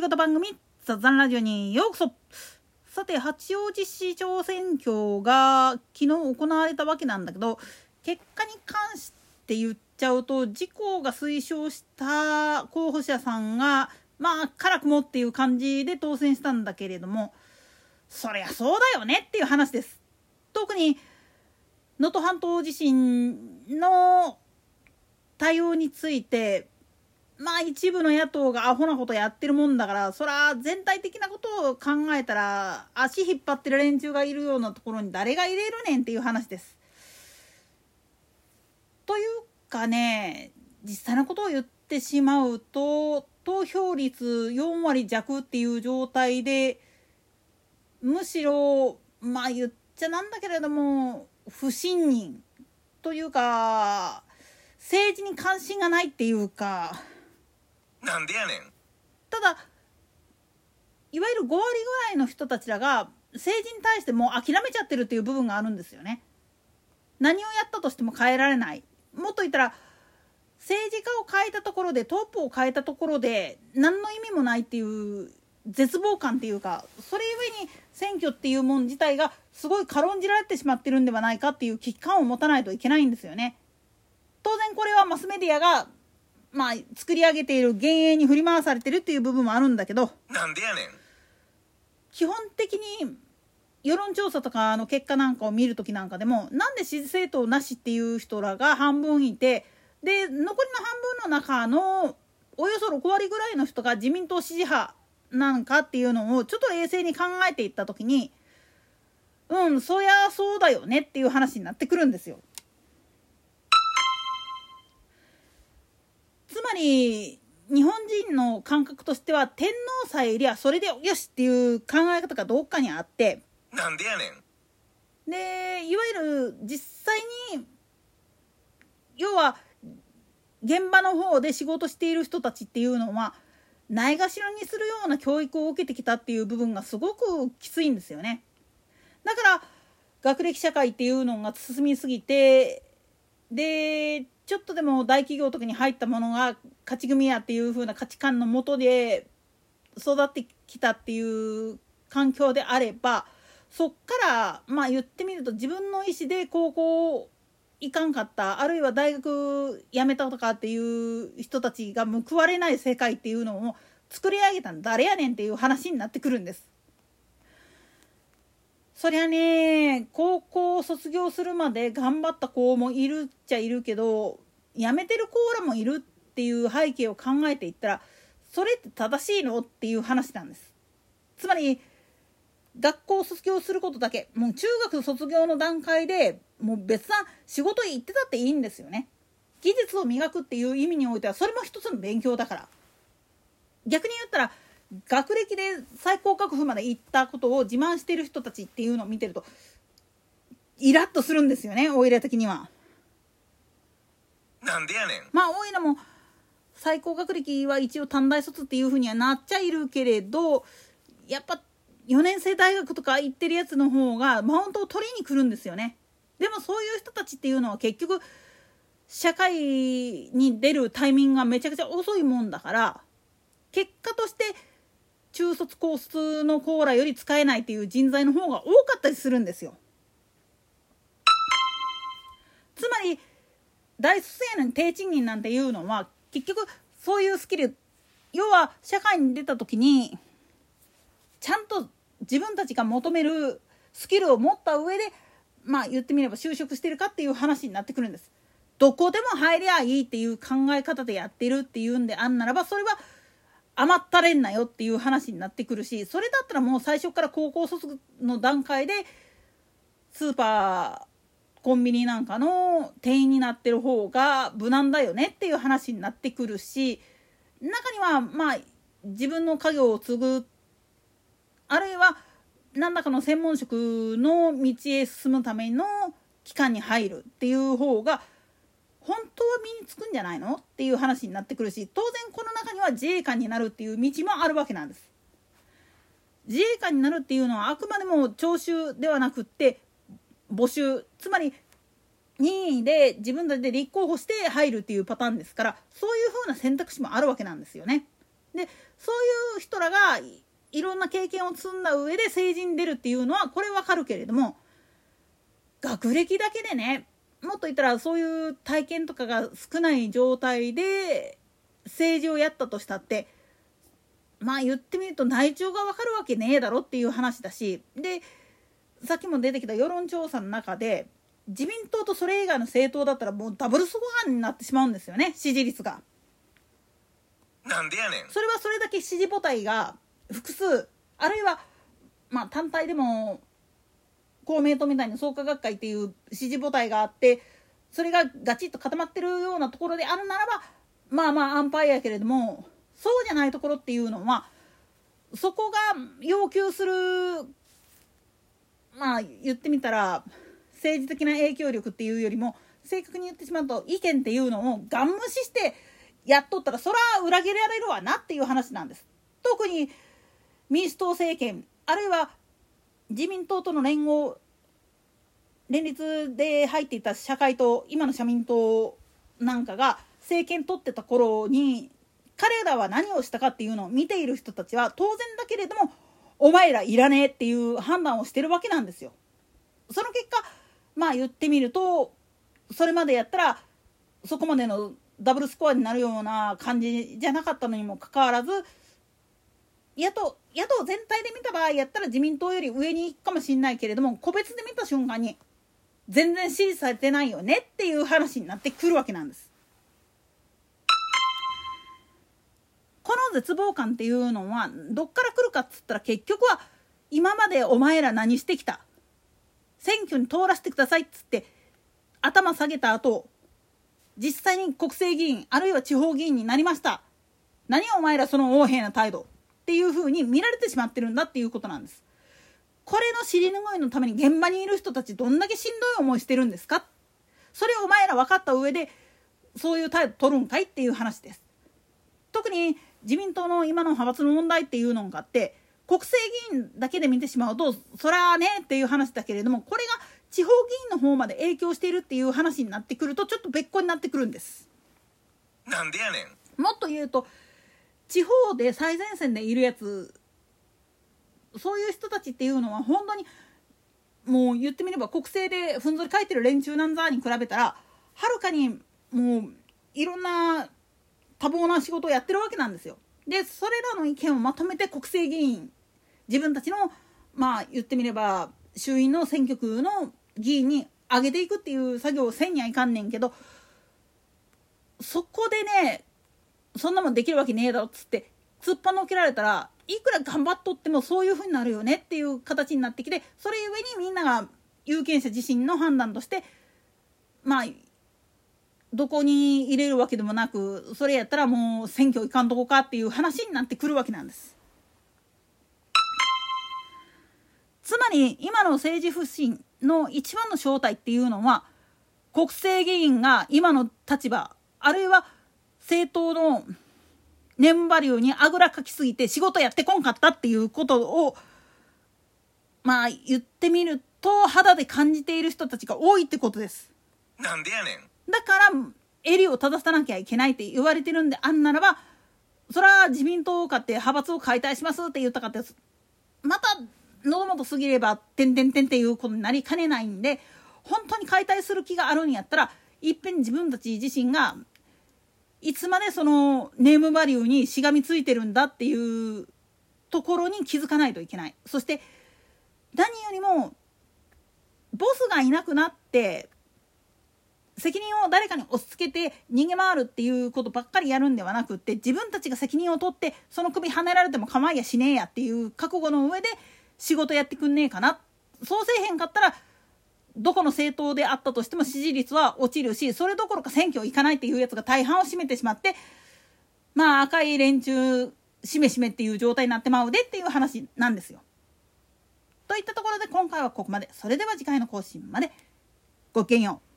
言番組雑談ラジオにようこそ。さて、八王子市長選挙が昨日行われたわけなんだけど、結果に関して言っちゃうと、自公が推奨した候補者さんが辛くもっていう感じで当選したんだけれども、そりゃそうだよねっていう話です。特に能登半島地震の対応について一部の野党がアホなことやってるもんだから、そら全体的なことを考えたら足引っ張ってる連中がいるようなところに誰が入れるねんっていう話です。というかね、実際のことを言ってしまうと、投票率4割弱っていう状態で、むしろ言っちゃなんだけれども不信任というか、政治に関心がないっていうか、 なんでやねん。 ただいわゆる5割ぐらいの人たちらが政治に対してもう諦めちゃってるっていう部分があるんですよね。何をやったとしても変えられない。もっと言ったら政治家を変えたところで、トップを変えたところで何の意味もないっていう絶望感っていうか、それゆえに選挙っていうもん自体がすごい軽んじられてしまってるんではないかっていう危機感を持たないといけないんですよね。当然これはマスメディアが作り上げている幻影に振り回されてるっていう部分もあるんだけど、 なんでやねん。 基本的に世論調査とかの結果なんかを見るときなんかでも、なんで支持政党なしっていう人らが半分いて、で残りの半分の中のおよそ6割ぐらいの人が自民党支持派なんかっていうのをちょっと冷静に考えていったときに、そりゃそうだよねっていう話になってくるんですよ。つまり日本人の感覚としては、天皇さえいりゃそれでよしっていう考え方がどっかにあって、 なんでやねん。 でいわゆる実際に要は現場の方で仕事している人たちっていうのはないがしろにするような教育を受けてきたっていう部分がすごくきついんですよね。だから学歴社会っていうのが進みすぎて、でちょっとでも大企業とかに入ったものが勝ち組やっていう風な価値観のもとで育ってきたっていう環境であれば、そっから言ってみると自分の意思で高校行かんかった、あるいは大学辞めたとかっていう人たちが報われない世界っていうのを作り上げたの誰やねんっていう話になってくるんです。そりゃね、高校を卒業するまで頑張った子もいるっちゃいるけど、辞めてる子らもいるっていう背景を考えていったら、それって正しいのっていう話なんです。つまり学校を卒業することだけ、もう中学卒業の段階でもう別な仕事に行ってたっていいんですよね。技術を磨くっていう意味においてはそれも一つの勉強だから。逆に言ったら学歴で最高学府まで行ったことを自慢している人たちっていうのを見てるとイラッとするんですよね、おいら的には。 なんでやねん。 おいらも最高学歴は一応短大卒っていう風にはなっちゃいるけれど、やっぱ4年生大学とか行ってるやつの方がマウントを取りに来るんですよね。でもそういう人たちっていうのは結局社会に出るタイミングがめちゃくちゃ遅いもんだから、結果として中卒高卒のコーラより使えないっていう人材の方が多かったりするんですよ。つまり大卒やのに低賃金なんていうのは結局そういうスキル、要は社会に出た時にちゃんと自分たちが求めるスキルを持った上で言ってみれば就職してるかっていう話になってくるんです。どこでも入りゃいいっていう考え方でやってるっていうんであんならば、それは甘ったれんなよっていう話になってくるし、それだったらもう最初から高校卒の段階でスーパーコンビニなんかの店員になってる方が無難だよねっていう話になってくるし、中には自分の家業を継ぐ、あるいは何らかの専門職の道へ進むための機関に入るっていう方が本当は身につくんじゃないのっていう話になってくるし、当然この中には自衛官になるっていう道もあるわけなんです。自衛官になるっていうのはあくまでも徴収ではなくって募集、つまり任意で自分たちで立候補して入るっていうパターンですから、そういう風な選択肢もあるわけなんですよね。 でそういう人らがいろんな経験を積んだ上で政治に出るっていうのはこれわかるけれども、学歴だけでね、もっと言ったらそういう体験とかが少ない状態で政治をやったとしたって、まあ言ってみると内情がわかるわけねえだろっていう話だし、でさっきも出てきた世論調査の中で自民党とそれ以外の政党だったらもうダブルスコアになってしまうんですよね、支持率が。 なんでやねん。 それはそれだけ支持母体が複数、あるいはまあ単体でも公明党みたいに創価学会っていう支持母体があって、それがガチッと固まってるようなところであるならばまあまあ安牌やけれども、そうじゃないところっていうのはそこが要求する、まあ言ってみたら政治的な影響力っていうよりも、正確に言ってしまうと意見っていうのをガン無視してやっとったらそら裏切られるわなっていう話なんです。特に民主党政権あるいは自民党との連立で入っていた社会党、今の社民党なんかが政権取ってた頃に彼らは何をしたかっていうのを見ている人たちは当然だけれどもお前らいらねえっていう判断をしてるわけなんですよ。その結果まあ言ってみるとそれまでやったらそこまでのダブルスコアになるような感じじゃなかったのにもかかわらず、野党全体で見た場合やったら自民党より上に行くかもしれないけれども、個別で見た瞬間に全然支持されてないよねっていう話になってくるわけなんです。この絶望感っていうのはどっから来るかっつったら、結局は今までお前ら何してきた、選挙に通らせてくださいっつって頭下げた後、実際に国政議員あるいは地方議員になりました、何お前らその横柄な態度っていう風に見られてしまってるんだっていうことなんです。これの尻拭いのために現場にいる人たちどんだけしんどい思いしてるんですか、それをお前ら分かった上でそういう態度取るんかいっていう話です。特に自民党の今の派閥の問題っていうのがあって、国政議員だけで見てしまうとそらねっていう話だけれども、これが地方議員の方まで影響しているっていう話になってくるとちょっと別個になってくるんです。 なんでやねん。 もっと言うと地方で最前線でいるやつ、そういう人たちっていうのは本当にもう言ってみれば国政でふんぞり返ってる連中なんざに比べたらはるかにもういろんな多忙な仕事をやってるわけなんですよ。でそれらの意見をまとめて国政議員、自分たちのまあ言ってみれば衆院の選挙区の議員に上げていくっていう作業をせんにはいかんねんけど、そこでねそんなもんできるわけねえだろっつって突っぱのけられたら、いくら頑張っとってもそういう風になるよねっていう形になってきて、それゆえにみんなが有権者自身の判断としてまあどこに入れるわけでもなく、それやったらもう選挙行かんとこかっていう話になってくるわけなんです。つまり今の政治不信の一番の正体っていうのは、国政議員が今の立場あるいは政党のネームバリューにあぐらかきすぎて仕事やってこんかったっていうことをまあ言ってみると肌で感じている人たちが多いってことです。 なんでやねん。 だから襟を正さなきゃいけないって言われてるんであんならば、それは自民党を買って派閥を解体しますって言ったかってまた喉元過ぎればてんてんてんっていうことになりかねないんで、本当に解体する気があるんやったらいっぺん自分たち自身がいつまでそのネームバリューにしがみついてるんだっていうところに気づかないといけない。そして何よりもボスがいなくなって責任を誰かに押し付けて逃げ回るっていうことばっかりやるんではなくって、自分たちが責任を取ってその首跳ねられても構いやしねえやっていう覚悟の上で仕事やってくんねえかな。そうせえへんかったらどこの政党であったとしても支持率は落ちるし、それどころか選挙行かないっていうやつが大半を占めてしまって、まあ赤い連中しめしめっていう状態になってまうでっていう話なんですよ。といったところで今回はここまで。それでは次回の更新まで。ごきげんよう。